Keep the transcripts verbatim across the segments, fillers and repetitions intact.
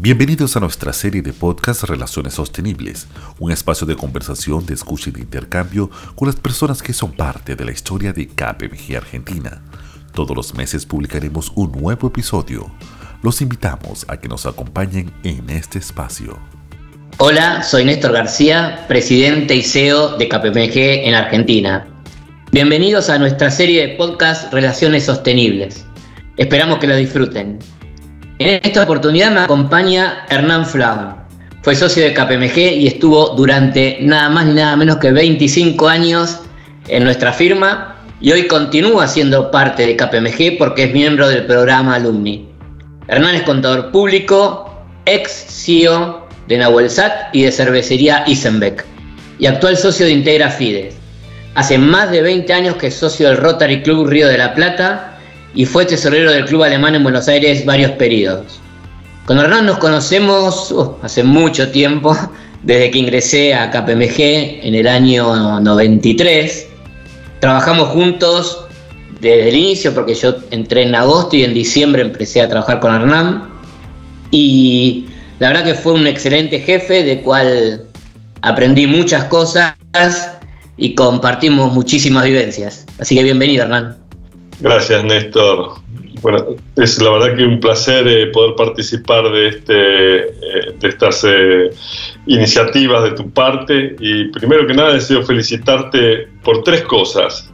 Bienvenidos a nuestra serie de podcast Relaciones Sostenibles, un espacio de conversación, de escucha y de intercambio con las personas que son parte de la historia de K P M G Argentina. Todos los meses publicaremos un nuevo episodio. Los invitamos a que nos acompañen en este espacio. Hola, soy Néstor García, presidente y C E O de K P M G en Argentina. Bienvenidos a nuestra serie de podcast Relaciones Sostenibles. Esperamos que lo disfruten. En esta oportunidad me acompaña Hernán Flaun. Fue socio de K P M G y estuvo durante nada más ni nada menos que veinticinco años en nuestra firma y hoy continúa siendo parte de K P M G porque es miembro del programa Alumni. Hernán es contador público, ex C E O de Nahuelsat y de cervecería Isenbeck y actual socio de Integra Fides. Hace más de veinte años que es socio del Rotary Club Río de la Plata y fue tesorero del Club Alemán en Buenos Aires varios periodos. Con Hernán nos conocemos uh, hace mucho tiempo, desde que ingresé a K P M G en el año noventa y tres. Trabajamos juntos desde el inicio, porque yo entré en agosto y en diciembre empecé a trabajar con Hernán. Y la verdad que fue un excelente jefe, del cual aprendí muchas cosas y compartimos muchísimas vivencias. Así que bienvenido, Hernán. Gracias, Néstor. Bueno, es la verdad que un placer eh, poder participar de, este, eh, de estas eh, iniciativas de tu parte. Y primero que nada deseo felicitarte por tres cosas.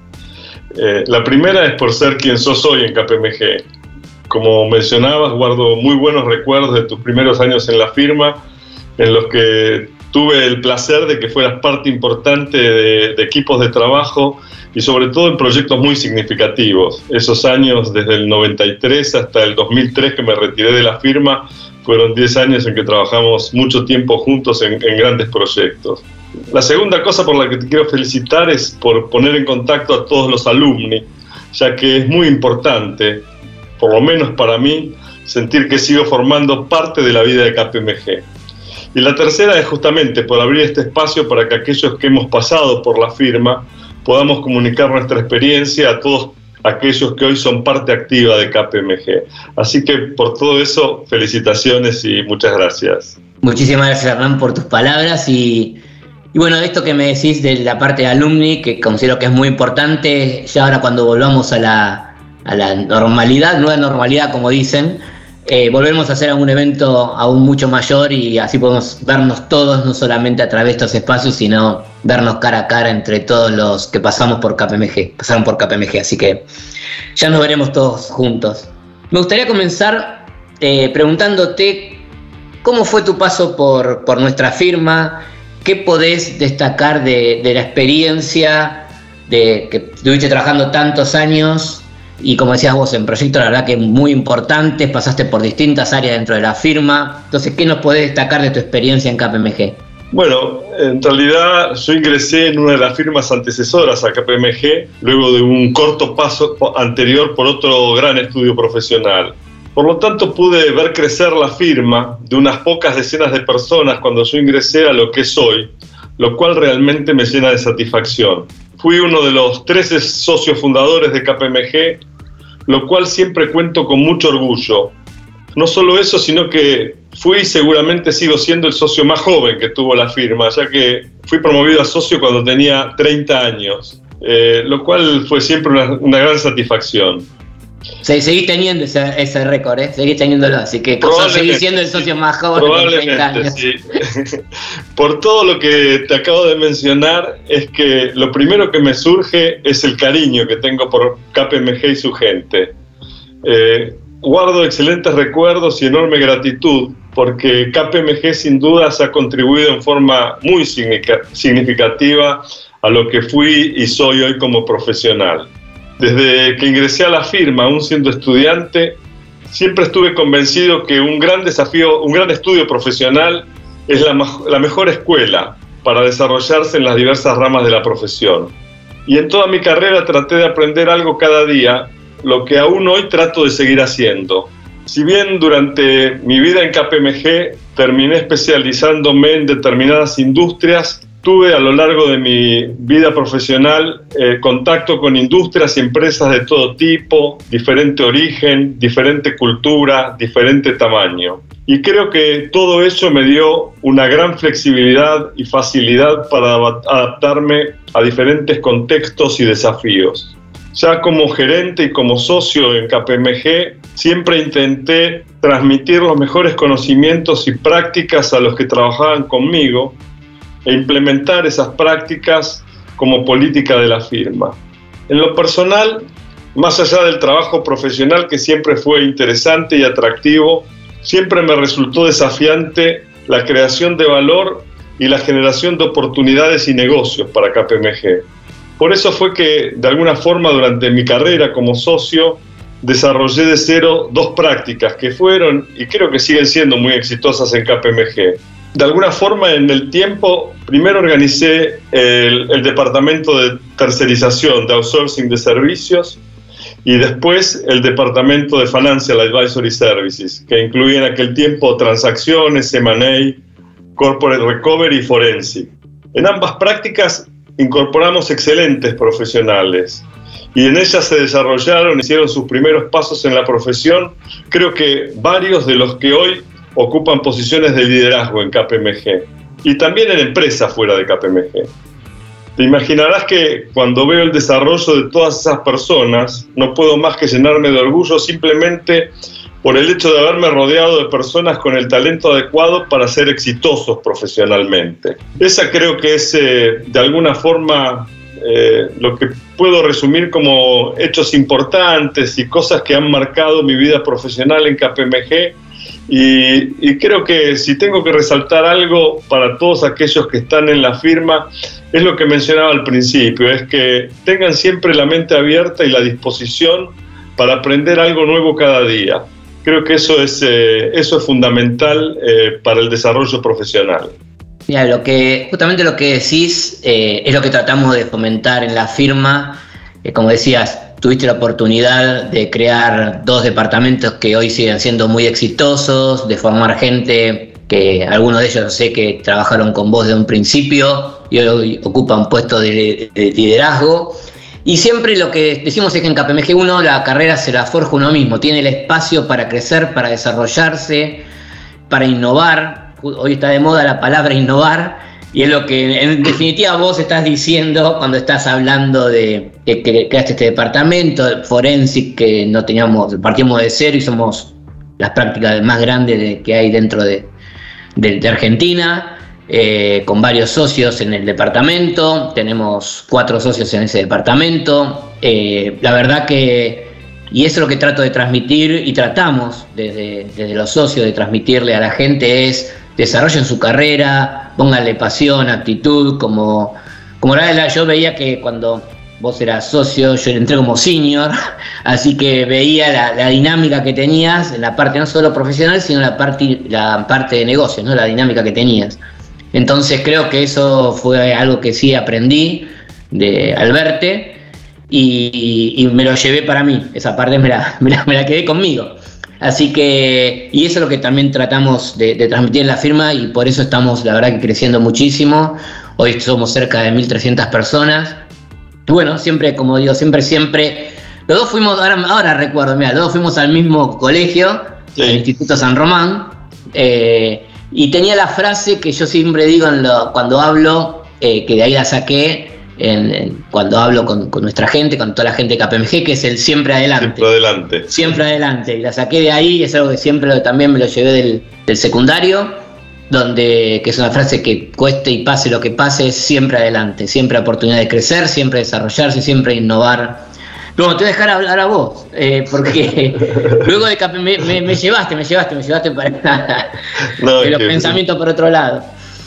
Eh, la primera es por ser quien sos hoy en K P M G. Como mencionabas, guardo muy buenos recuerdos de tus primeros años en la firma, en los que tuve el placer de que fueras parte importante de, de equipos de trabajo y sobre todo en proyectos muy significativos. Esos años, desde el noventa y tres hasta el dos mil tres que me retiré de la firma, fueron diez años en que trabajamos mucho tiempo juntos en, en grandes proyectos. La segunda cosa por la que te quiero felicitar es por poner en contacto a todos los alumni, ya que es muy importante, por lo menos para mí, sentir que sigo formando parte de la vida de K P M G. Y la tercera es justamente por abrir este espacio para que aquellos que hemos pasado por la firma podamos comunicar nuestra experiencia a todos aquellos que hoy son parte activa de K P M G. Así que por todo eso, felicitaciones y muchas gracias. Muchísimas gracias, Hernán, por tus palabras y, y bueno, esto que me decís de la parte de alumni, que considero que es muy importante, ya ahora cuando volvamos a la, a la normalidad, nueva normalidad como dicen, Eh, volvemos a hacer algún evento aún mucho mayor y así podemos vernos todos, no solamente a través de estos espacios, sino vernos cara a cara entre todos los que pasamos por K P M G, pasaron por K P M G, así que ya nos veremos todos juntos. Me gustaría comenzar eh, preguntándote cómo fue tu paso por, por nuestra firma, qué podés destacar de, de la experiencia de que estuviste trabajando tantos años. Y como decías vos, en proyectos la verdad que muy importantes, pasaste por distintas áreas dentro de la firma. Entonces, ¿qué nos podés destacar de tu experiencia en K P M G? Bueno, en realidad yo ingresé en una de las firmas antecesoras a K P M G, luego de un corto paso anterior por otro gran estudio profesional. Por lo tanto, pude ver crecer la firma de unas pocas decenas de personas cuando yo ingresé a lo que es hoy, lo cual realmente me llena de satisfacción. Fui uno de los trece socios fundadores de K P M G, lo cual siempre cuento con mucho orgullo. No solo eso, sino que fui y seguramente sigo siendo el socio más joven que tuvo la firma, ya que fui promovido a socio cuando tenía treinta años, eh, lo cual fue siempre una, una gran satisfacción. Sí, seguís teniendo ese, ese récord, ¿eh? Seguís teniéndolo, así que seguís siendo el socio más joven de treinta años. Sí. Por todo lo que te acabo de mencionar, es que lo primero que me surge es el cariño que tengo por K P M G y su gente. Eh, guardo excelentes recuerdos y enorme gratitud, porque K P M G sin dudas ha contribuido en forma muy significativa a lo que fui y soy hoy como profesional. Desde que ingresé a la firma, aún siendo estudiante, siempre estuve convencido que un gran desafío, un gran estudio profesional es la, la mejor escuela para desarrollarse en las diversas ramas de la profesión. Y en toda mi carrera traté de aprender algo cada día, lo que aún hoy trato de seguir haciendo. Si bien durante mi vida en K P M G terminé especializándome en determinadas industrias, tuve a lo largo de mi vida profesional eh, contacto con industrias y empresas de todo tipo, diferente origen, diferente cultura, diferente tamaño. Y creo que todo eso me dio una gran flexibilidad y facilidad para adaptarme a diferentes contextos y desafíos. Ya como gerente y como socio en K P M G, siempre intenté transmitir los mejores conocimientos y prácticas a los que trabajaban conmigo e implementar esas prácticas como política de la firma. En lo personal, más allá del trabajo profesional que siempre fue interesante y atractivo, siempre me resultó desafiante la creación de valor y la generación de oportunidades y negocios para K P M G. Por eso fue que, de alguna forma, durante mi carrera como socio, desarrollé de cero dos prácticas que fueron, y creo que siguen siendo muy exitosas en K P M G. De alguna forma, en el tiempo, primero organicé el, el departamento de tercerización, de outsourcing de servicios, y después el departamento de Financial Advisory Services, que incluía en aquel tiempo transacciones, eme and A, Corporate Recovery y Forensic. En ambas prácticas incorporamos excelentes profesionales y en ellas se desarrollaron, hicieron sus primeros pasos en la profesión, creo que varios de los que hoy ocupan posiciones de liderazgo en K P M G y también en empresas fuera de K P M G. Te imaginarás que cuando veo el desarrollo de todas esas personas, no puedo más que llenarme de orgullo simplemente por el hecho de haberme rodeado de personas con el talento adecuado para ser exitosos profesionalmente. Esa creo que es, eh, de alguna forma, eh, lo que puedo resumir como hechos importantes y cosas que han marcado mi vida profesional en K P M G. Y, y creo que si tengo que resaltar algo para todos aquellos que están en la firma, es lo que mencionaba al principio, es que tengan siempre la mente abierta y la disposición para aprender algo nuevo cada día. Creo que eso es, eh, eso es fundamental eh, para el desarrollo profesional. Mira, lo que, justamente lo que decís eh, es lo que tratamos de fomentar en la firma. Eh, como decías, tuviste la oportunidad de crear dos departamentos que hoy siguen siendo muy exitosos, de formar gente que algunos de ellos sé que trabajaron con vos desde un principio y hoy ocupan puestos de, de liderazgo. Y siempre lo que decimos es que en K P M G uno la carrera se la forja uno mismo, tiene el espacio para crecer, para desarrollarse, para innovar. Hoy está de moda la palabra innovar y es lo que en definitiva vos estás diciendo cuando estás hablando de que, que creaste este departamento Forensic, que no teníamos, partimos de cero y somos las prácticas más grandes de, que hay dentro de, de, de Argentina. Eh, con varios socios en el departamento, tenemos cuatro socios en ese departamento. Eh, la verdad que, y eso es lo que trato de transmitir y tratamos desde, desde los socios de transmitirle a la gente es desarrollen su carrera, pónganle pasión, actitud, como, como la verdad yo veía que cuando vos eras socio, yo entré como senior, así que veía la, la dinámica que tenías en la parte no solo profesional, sino la parte, la parte de negocios, ¿no? La dinámica que tenías. Entonces creo que eso fue algo que sí aprendí de, al verte y, y me lo llevé para mí, esa parte me la, me la, me la quedé conmigo. Así que, y eso es lo que también tratamos de, de transmitir en la firma y por eso estamos la verdad que creciendo muchísimo. Hoy somos cerca de mil trescientas personas. Y bueno, siempre, como digo, siempre, siempre, los dos fuimos, ahora, ahora recuerdo, mira, los dos fuimos al mismo colegio, sí. El Instituto San Román. Eh, Y tenía la frase que yo siempre digo en lo, cuando hablo, eh, que de ahí la saqué, en, en, cuando hablo con, con nuestra gente, con toda la gente de K P M G, que es el siempre adelante. Siempre adelante. Siempre adelante. Y la saqué de ahí, y es algo que siempre lo, también me lo llevé del, del secundario, donde, que es una frase que cueste y pase lo que pase, es siempre adelante. Siempre oportunidad de crecer, siempre desarrollarse, siempre innovar. Luego te voy a dejar hablar a vos, eh, porque luego de K P M G me, me llevaste, me llevaste, me llevaste para no, los pensamientos por otro lado.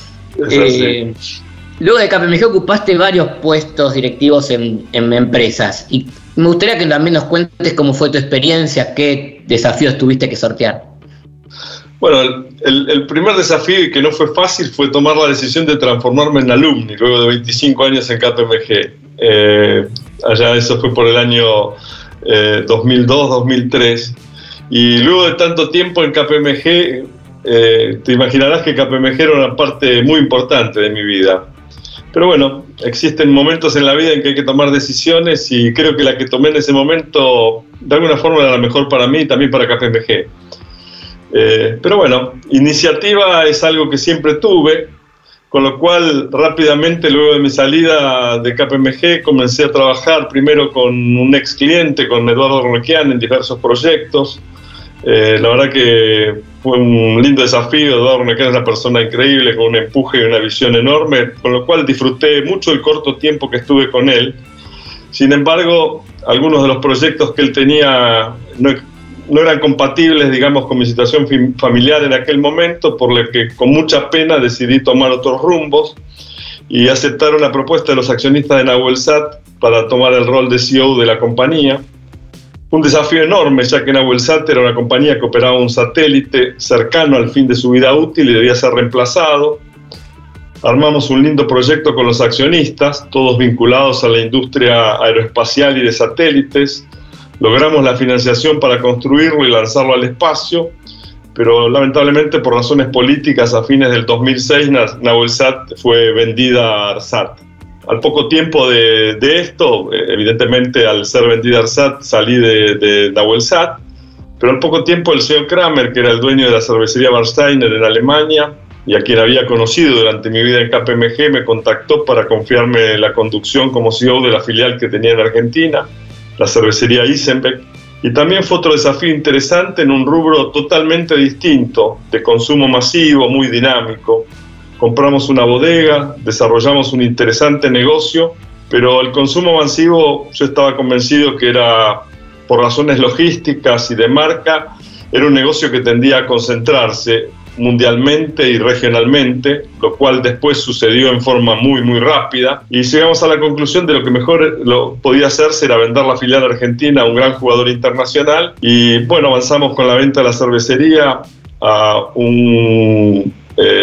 Eh, luego de K P M G ocupaste varios puestos directivos en, en empresas y me gustaría que también nos cuentes cómo fue tu experiencia, qué desafíos tuviste que sortear. Bueno, el, el primer desafío y que no fue fácil fue tomar la decisión de transformarme en alumni luego de veinticinco años en K P M G. Eh, allá eso fue por el año eh, dos mil dos, dos mil tres y luego de tanto tiempo en K P M G eh, te imaginarás que K P M G era una parte muy importante de mi vida, pero bueno, existen momentos en la vida en que hay que tomar decisiones y creo que la que tomé en ese momento de alguna forma era la mejor para mí y también para K P M G. Eh, pero bueno, iniciativa es algo que siempre tuve, con lo cual rápidamente luego de mi salida de K P M G comencé a trabajar primero con un ex cliente, con Eduardo Ronequian, en diversos proyectos. Eh, la verdad que fue un lindo desafío. Eduardo Ronequian es una persona increíble, con un empuje y una visión enorme, con lo cual disfruté mucho el corto tiempo que estuve con él. Sin embargo, algunos de los proyectos que él tenía no, no eran compatibles, digamos, con mi situación familiar en aquel momento, por lo que con mucha pena decidí tomar otros rumbos y aceptar una propuesta de los accionistas de Nahuelsat para tomar el rol de C E O de la compañía. Un desafío enorme, ya que Nahuelsat era una compañía que operaba un satélite cercano al fin de su vida útil y debía ser reemplazado. Armamos un lindo proyecto con los accionistas, todos vinculados a la industria aeroespacial y de satélites. Logramos la financiación para construirlo y lanzarlo al espacio, pero lamentablemente por razones políticas a fines del dos mil seis Nahuelsat fue vendida a ARSAT. Al poco tiempo de, de esto, evidentemente al ser vendida a ARSAT salí de, de Nahuelsat, pero al poco tiempo el C E O Kramer, que era el dueño de la cervecería Warsteiner en Alemania, y a quien había conocido durante mi vida en K P M G, me contactó para confiarme la conducción como C E O de la filial que tenía en Argentina, la cervecería Isenbeck, y también fue otro desafío interesante en un rubro totalmente distinto, de consumo masivo, muy dinámico. Compramos una bodega, desarrollamos un interesante negocio, pero el consumo masivo, yo estaba convencido que era, por razones logísticas y de marca, era un negocio que tendía a concentrarse mundialmente y regionalmente, lo cual después sucedió en forma muy muy rápida, y llegamos a la conclusión de lo que mejor lo podía hacerse era vender la filial argentina a un gran jugador internacional, y bueno, avanzamos con la venta de la cervecería a un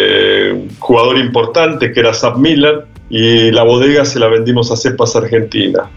eh, jugador importante que era SABMiller, y la bodega se la vendimos a Cepas Argentina.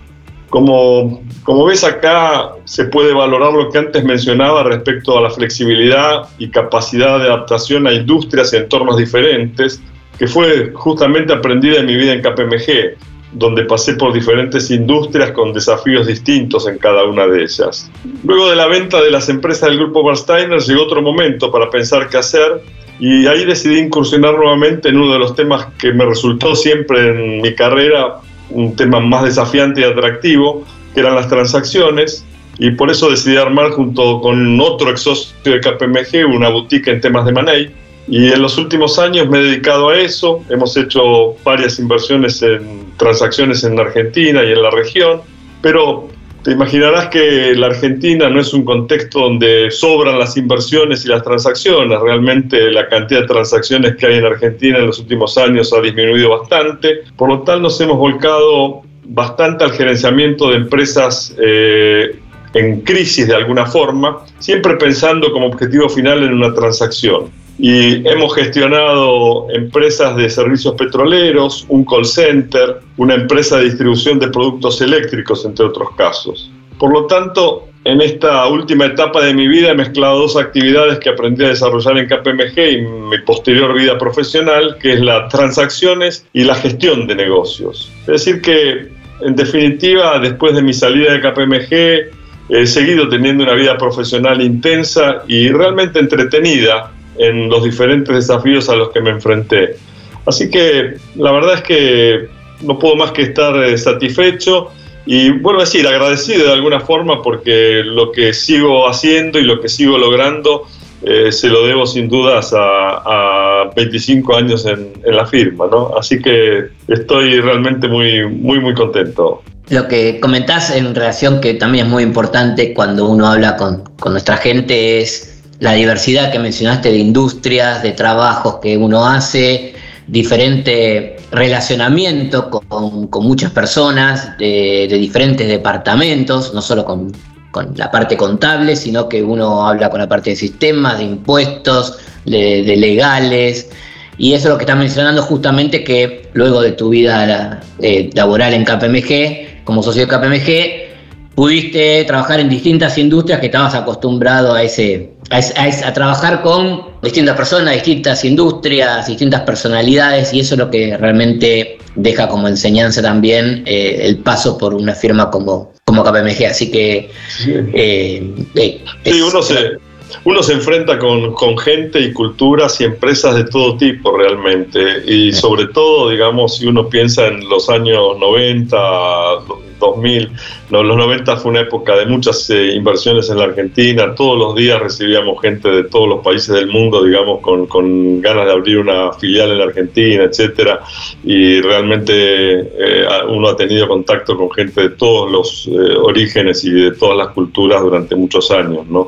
Como, como ves acá, se puede valorar lo que antes mencionaba respecto a la flexibilidad y capacidad de adaptación a industrias y entornos diferentes, que fue justamente aprendida en mi vida en K P M G, donde pasé por diferentes industrias con desafíos distintos en cada una de ellas. Luego de la venta de las empresas del grupo Warsteiner llegó otro momento para pensar qué hacer, y ahí decidí incursionar nuevamente en uno de los temas que me resultó siempre en mi carrera un tema más desafiante y atractivo, que eran las transacciones, y por eso decidí armar junto con otro ex socio de K P M G una boutique en temas de M and A, y en los últimos años me he dedicado a eso. Hemos hecho varias inversiones en transacciones en Argentina y en la región, pero te imaginarás que la Argentina no es un contexto donde sobran las inversiones y las transacciones. Realmente la cantidad de transacciones que hay en Argentina en los últimos años ha disminuido bastante. Por lo tal nos hemos volcado bastante al gerenciamiento de empresas eh, en crisis de alguna forma, siempre pensando como objetivo final en una transacción. Y hemos gestionado empresas de servicios petroleros, un call center, una empresa de distribución de productos eléctricos, entre otros casos. Por lo tanto, en esta última etapa de mi vida he mezclado dos actividades que aprendí a desarrollar en K P M G y en mi posterior vida profesional, que es las transacciones y la gestión de negocios. Es decir que, en definitiva, después de mi salida de K P M G, he seguido teniendo una vida profesional intensa y realmente entretenida en los diferentes desafíos a los que me enfrenté. Así que la verdad es que no puedo más que estar eh, satisfecho y, bueno, decir, agradecido de alguna forma, porque lo que sigo haciendo y lo que sigo logrando eh, se lo debo sin dudas a, a veinticinco años en, en la firma, ¿no? Así que estoy realmente muy, muy, muy contento. Lo que comentás en relación, que también es muy importante cuando uno habla con, con nuestra gente, es la diversidad que mencionaste de industrias, de trabajos que uno hace, diferente relacionamiento con, con muchas personas de, de diferentes departamentos, no solo con, con la parte contable, sino que uno habla con la parte de sistemas, de impuestos, de, de legales, y eso es lo que estás mencionando justamente, que luego de tu vida eh, laboral en K P M G, como socio de K P M G, pudiste trabajar en distintas industrias que estabas acostumbrado a ese, a, ese, a, ese, a trabajar con distintas personas, distintas industrias, distintas personalidades, y eso es lo que realmente deja como enseñanza también eh, el paso por una firma como, como K P M G. Así que sí, eh, eh, sí es, uno se, uno se enfrenta con, con gente y culturas y empresas de todo tipo realmente, y sobre todo, digamos, si uno piensa en los años noventa, dos mil, no, los noventa fue una época de muchas eh, inversiones en la Argentina, todos los días recibíamos gente de todos los países del mundo, digamos, con, con ganas de abrir una filial en la Argentina, etcétera, y realmente eh, uno ha tenido contacto con gente de todos los eh, orígenes y de todas las culturas durante muchos años, ¿no?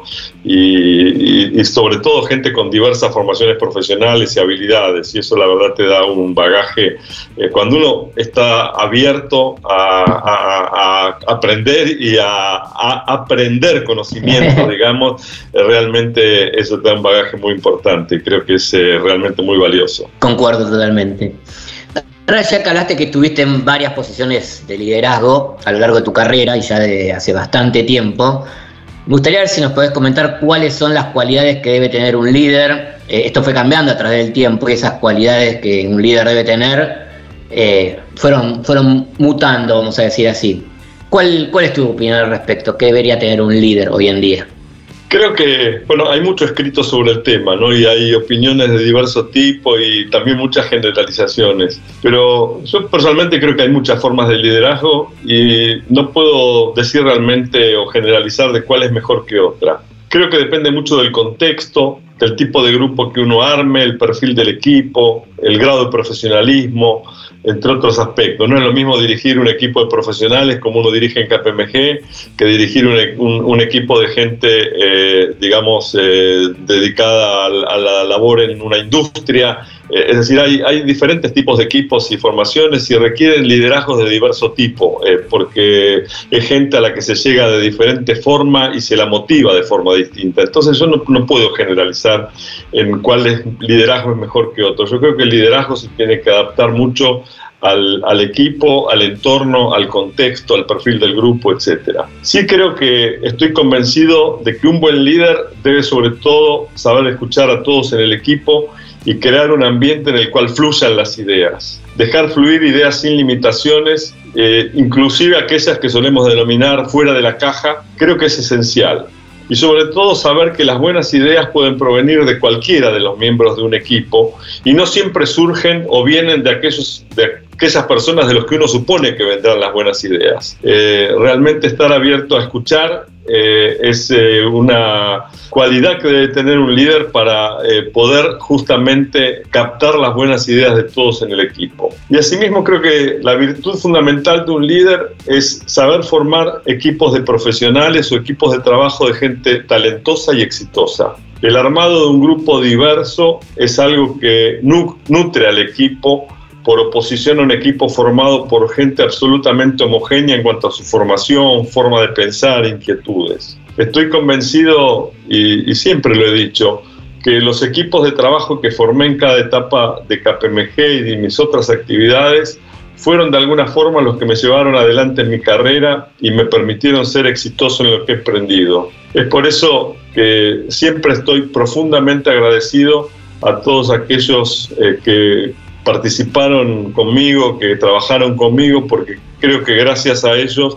Y, y, y sobre todo gente con diversas formaciones profesionales y habilidades, y eso la verdad te da un bagaje. Eh, cuando uno está abierto a, a a aprender y a, a aprender conocimiento, digamos, realmente eso te da un bagaje muy importante y creo que es eh, realmente muy valioso. Concuerdo totalmente. Ahora, ya que hablaste que estuviste en varias posiciones de liderazgo a lo largo de tu carrera y ya de hace bastante tiempo, me gustaría ver si nos podés comentar cuáles son las cualidades que debe tener un líder. Eh, esto fue cambiando a través del tiempo y esas cualidades que un líder debe tener Eh, fueron, fueron mutando, vamos a decir así. ¿Cuál, ¿Cuál es tu opinión al respecto? ¿Qué debería tener un líder hoy en día? Creo que, bueno, hay mucho escrito sobre el tema, ¿no? Y hay opiniones de diverso tipo y también muchas generalizaciones. Pero yo personalmente creo que hay muchas formas de liderazgo y no puedo decir realmente o generalizar de cuál es mejor que otra. Creo que depende mucho del contexto, del tipo de grupo que uno arme, el perfil del equipo, el grado de profesionalismo, entre otros aspectos. No es lo mismo dirigir un equipo de profesionales como uno dirige en K P M G que dirigir un, un, un equipo de gente, eh, digamos, eh, dedicada a, a la labor en una industria. Eh, es decir, hay, hay diferentes tipos de equipos y formaciones y requieren liderazgos de diverso tipo, eh, porque es gente a la que se llega de diferente forma y se la motiva de forma distinta. Entonces yo no, no puedo generalizar en cuál es, liderazgo es mejor que otro. Yo creo que el liderazgo se tiene que adaptar mucho Al, al equipo, al entorno, al contexto, al perfil del grupo, etcétera. Sí creo que estoy convencido de que un buen líder debe sobre todo saber escuchar a todos en el equipo y crear un ambiente en el cual fluyan las ideas. Dejar fluir ideas sin limitaciones, eh, inclusive aquellas que solemos denominar fuera de la caja, creo que es esencial. Y sobre todo saber que las buenas ideas pueden provenir de cualquiera de los miembros de un equipo y no siempre surgen o vienen de aquellos de aquellas personas de los que uno supone que vendrán las buenas ideas. Eh, realmente estar abierto a escuchar eh, es eh, una cualidad que debe tener un líder para eh, poder justamente captar las buenas ideas de todos en el equipo. Y asimismo creo que la virtud fundamental de un líder es saber formar equipos de profesionales o equipos de trabajo de gente talentosa y exitosa. El armado de un grupo diverso es algo que nutre al equipo por oposición a un equipo formado por gente absolutamente homogénea en cuanto a su formación, forma de pensar, inquietudes. Estoy convencido, y, y siempre lo he dicho, que los equipos de trabajo que formé en cada etapa de K P M G y de mis otras actividades fueron de alguna forma los que me llevaron adelante en mi carrera y me permitieron ser exitoso en lo que he aprendido. Es por eso que siempre estoy profundamente agradecido a todos aquellos eh, que participaron conmigo, que trabajaron conmigo, porque creo que gracias a ellos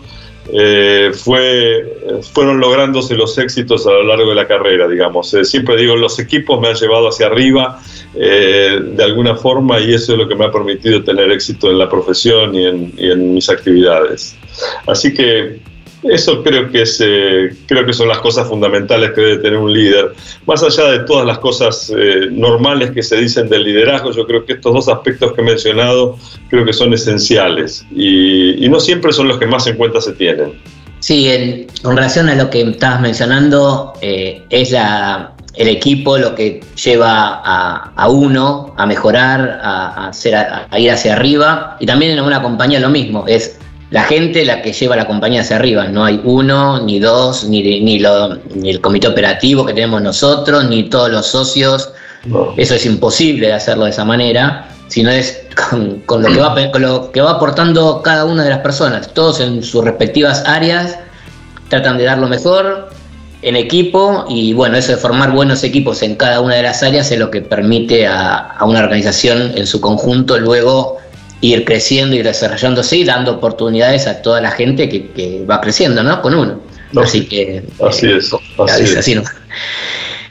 eh, fue, fueron lográndose los éxitos a lo largo de la carrera, digamos. Eh, siempre digo, los equipos me han llevado hacia arriba eh, de alguna forma y eso es lo que me ha permitido tener éxito en la profesión y en, y en mis actividades. Así que eso creo que, es, eh, creo que son las cosas fundamentales que debe tener un líder. Más allá de todas las cosas eh, normales que se dicen del liderazgo, yo creo que estos dos aspectos que he mencionado creo que son esenciales y, y no siempre son los que más en cuenta se tienen. Sí, en, en relación a lo que estabas mencionando, eh, es la, el equipo lo que lleva a, a uno a mejorar, a, a, hacer, a, a ir hacia arriba, y también en una compañía lo mismo, es la gente la que lleva la compañía hacia arriba. No hay uno, ni dos, ni, ni, lo, ni el comité operativo que tenemos nosotros, ni todos los socios. No. Eso es imposible de hacerlo de esa manera, sino es con, con, lo que va, con lo que va aportando cada una de las personas. Todos en sus respectivas áreas tratan de dar lo mejor en equipo y bueno, eso de formar buenos equipos en cada una de las áreas es lo que permite a, a una organización en su conjunto luego ir creciendo y desarrollándose y dando oportunidades a toda la gente que, que va creciendo, ¿no? Con uno. No, así que... Así eh, es. Así es, es. así, ¿no?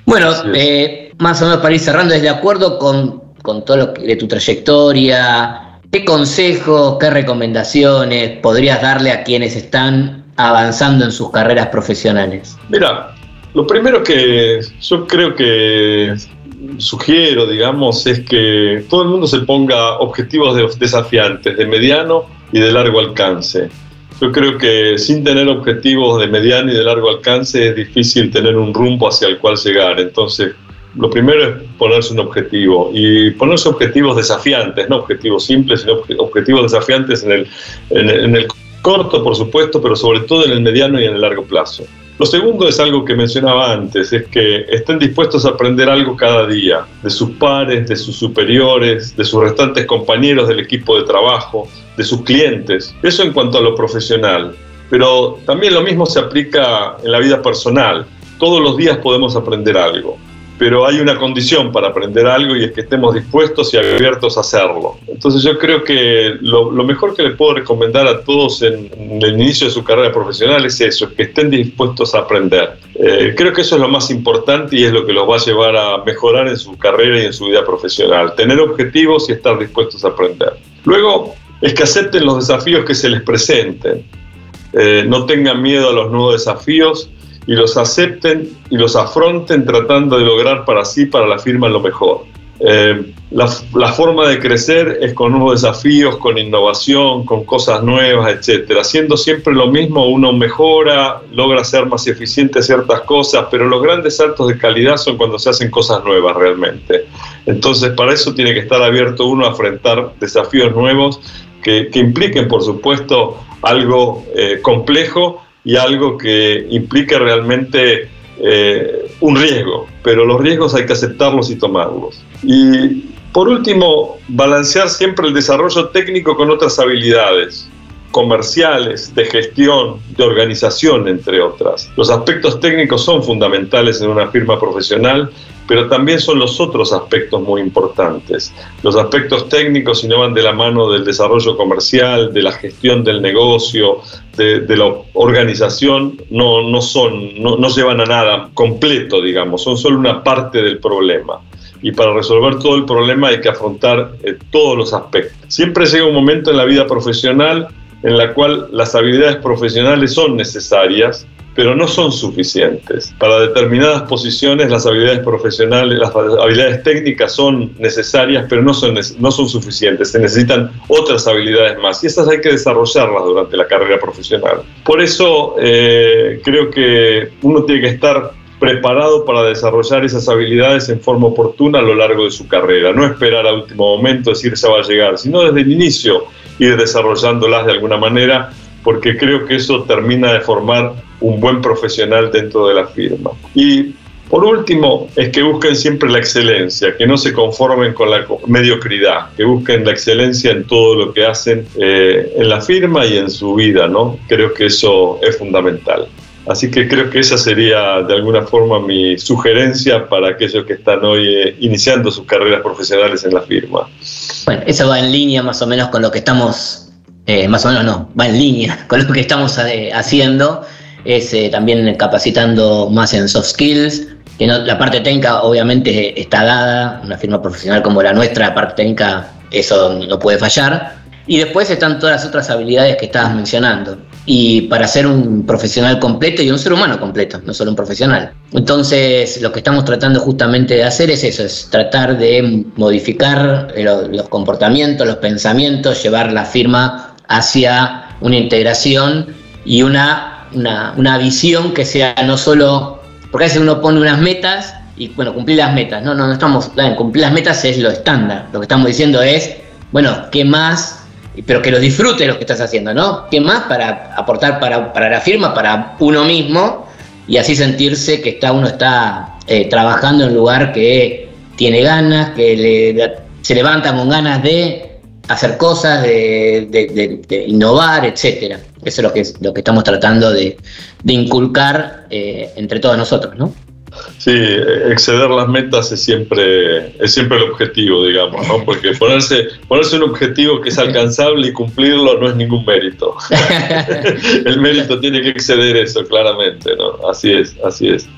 Bueno, eh, más o menos para ir cerrando, ¿es de acuerdo con, con todo lo que, de tu trayectoria? ¿Qué consejos, qué recomendaciones podrías darle a quienes están avanzando en sus carreras profesionales? Mira, lo primero que yo creo que sugiero, digamos, es que todo el mundo se ponga objetivos desafiantes, de mediano y de largo alcance. Yo creo que sin tener objetivos de mediano y de largo alcance es difícil tener un rumbo hacia el cual llegar. Entonces, lo primero es ponerse un objetivo y ponerse objetivos desafiantes, no objetivos simples, sino objetivos desafiantes en el, en, en el corto, por supuesto, pero sobre todo en el mediano y en el largo plazo. Lo segundo es algo que mencionaba antes, es que estén dispuestos a aprender algo cada día, de sus pares, de sus superiores, de sus restantes compañeros del equipo de trabajo, de sus clientes. Eso en cuanto a lo profesional, pero también lo mismo se aplica en la vida personal. Todos los días podemos aprender algo, pero hay una condición para aprender algo y es que estemos dispuestos y abiertos a hacerlo. Entonces yo creo que lo, lo mejor que le puedo recomendar a todos en, en el inicio de su carrera profesional es eso, es que estén dispuestos a aprender. Eh, creo que eso es lo más importante y es lo que los va a llevar a mejorar en su carrera y en su vida profesional. Tener objetivos y estar dispuestos a aprender. Luego es que acepten los desafíos que se les presenten. Eh, no tengan miedo a los nuevos desafíos y los acepten y los afronten tratando de lograr para sí, para la firma, lo mejor. Eh, la, la forma de crecer es con nuevos desafíos, con innovación, con cosas nuevas, etcétera. Haciendo siempre lo mismo, uno mejora, logra ser más eficiente ciertas cosas, pero los grandes saltos de calidad son cuando se hacen cosas nuevas realmente. Entonces, para eso tiene que estar abierto uno a enfrentar desafíos nuevos que, que impliquen, por supuesto, algo eh, complejo, y algo que implica realmente eh, un riesgo, pero los riesgos hay que aceptarlos y tomarlos. Y por último, balancear siempre el desarrollo técnico con otras habilidades comerciales, de gestión, de organización, entre otras. Los aspectos técnicos son fundamentales en una firma profesional, pero también son los otros aspectos muy importantes. Los aspectos técnicos, si no van de la mano del desarrollo comercial, de la gestión del negocio, de, de la organización, no, no, son, no, no llevan a nada completo, digamos, son solo una parte del problema. Y para resolver todo el problema hay que afrontar eh, todos los aspectos. Siempre llega un momento en la vida profesional en la cual las habilidades profesionales son necesarias, pero no son suficientes. Para determinadas posiciones las habilidades profesionales, las habilidades técnicas son necesarias, pero no son, no son suficientes. Se necesitan otras habilidades más y esas hay que desarrollarlas durante la carrera profesional. Por eso eh, creo que uno tiene que estar preparado para desarrollar esas habilidades en forma oportuna a lo largo de su carrera. No esperar a último momento, decir ya va a llegar, sino desde el inicio ir desarrollándolas de alguna manera, porque creo que eso termina de formar un buen profesional dentro de la firma. Y por último, es que busquen siempre la excelencia, que no se conformen con la mediocridad, que busquen la excelencia en todo lo que hacen eh, en la firma y en su vida, ¿no? Creo que eso es fundamental. Así que creo que esa sería de alguna forma mi sugerencia para aquellos que están hoy eh, iniciando sus carreras profesionales en la firma. Bueno, eso va en línea más o menos con lo que estamos, eh, más o menos no, va en línea con lo que estamos eh, haciendo, es eh, también capacitando más en soft skills, que no, la parte técnica obviamente está dada, una firma profesional como la nuestra, la parte técnica, eso no puede fallar. Y después están todas las otras habilidades que estabas mencionando. Y para ser un profesional completo y un ser humano completo, no solo un profesional. Entonces, lo que estamos tratando justamente de hacer es eso, es tratar de modificar los comportamientos, los pensamientos, llevar la firma hacia una integración y una, una, una visión que sea no solo... Porque a veces uno pone unas metas y, bueno, cumplir las metas. No, no, no estamos... Cumplir las metas es lo estándar. Lo que estamos diciendo es, bueno, ¿qué más? Pero que lo disfrutes lo que estás haciendo, ¿no? ¿Qué más para aportar para, para la firma, para uno mismo? Y así sentirse que está, uno está eh, trabajando en un lugar que tiene ganas, que le, se levanta con ganas de hacer cosas, de, de, de, de innovar, etcétera. Eso es lo que, lo que estamos tratando de, de inculcar eh, entre todos nosotros, ¿no? Sí, exceder las metas es siempre, es siempre el objetivo, digamos, ¿no? Porque ponerse, ponerse un objetivo que es alcanzable y cumplirlo no es ningún mérito. El mérito tiene que exceder eso, claramente, ¿no? Así es, así es.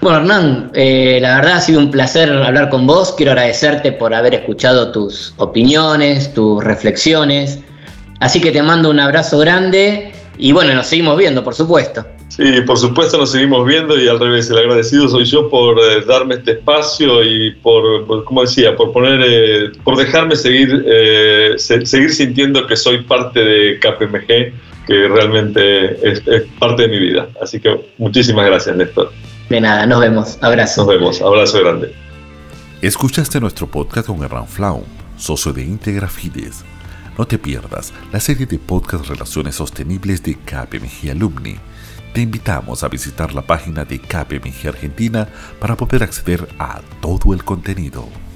Bueno, Hernán, eh, la verdad ha sido un placer hablar con vos. Quiero agradecerte por haber escuchado tus opiniones, tus reflexiones. Así que te mando un abrazo grande y bueno, nos seguimos viendo, por supuesto. Sí, por supuesto nos seguimos viendo y al revés, el agradecido soy yo por eh, darme este espacio y por, por como decía, por poner, eh, por dejarme seguir, eh, se, seguir sintiendo que soy parte de K P M G, que realmente es, es parte de mi vida. Así que muchísimas gracias, Néstor. De nada, nos vemos. Abrazo. Nos vemos. Abrazo grande. Escuchaste nuestro podcast con Hernán Flaum, socio de Integra Fides. No te pierdas la serie de podcast Relaciones Sostenibles de K P M G Alumni. Te invitamos a visitar la página de K P M G Argentina para poder acceder a todo el contenido.